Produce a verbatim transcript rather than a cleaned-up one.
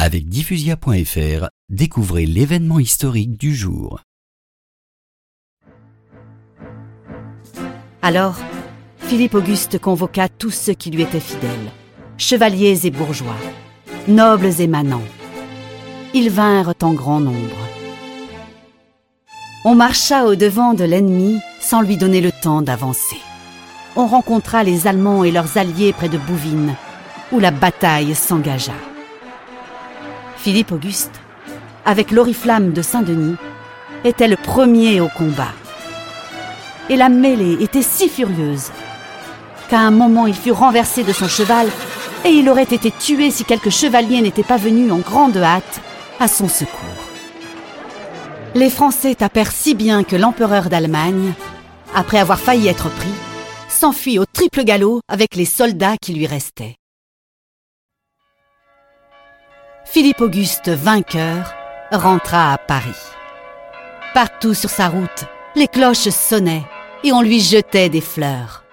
Avec diffusia point f r, découvrez l'événement historique du jour. Alors, Philippe Auguste convoqua tous ceux qui lui étaient fidèles, chevaliers et bourgeois, nobles et manants. Ils vinrent en grand nombre. On marcha au-devant de l'ennemi sans lui donner le temps d'avancer. On rencontra les Allemands et leurs alliés près de Bouvines, où la bataille s'engagea. Philippe Auguste, avec l'oriflamme de Saint-Denis, était le premier au combat. Et la mêlée était si furieuse qu'à un moment il fut renversé de son cheval et il aurait été tué si quelques chevaliers n'étaient pas venus en grande hâte à son secours. Les Français tapèrent si bien que l'empereur d'Allemagne, après avoir failli être pris, s'enfuit au triple galop avec les soldats qui lui restaient. Philippe Auguste, vainqueur, rentra à Paris. Partout sur sa route, les cloches sonnaient et on lui jetait des fleurs.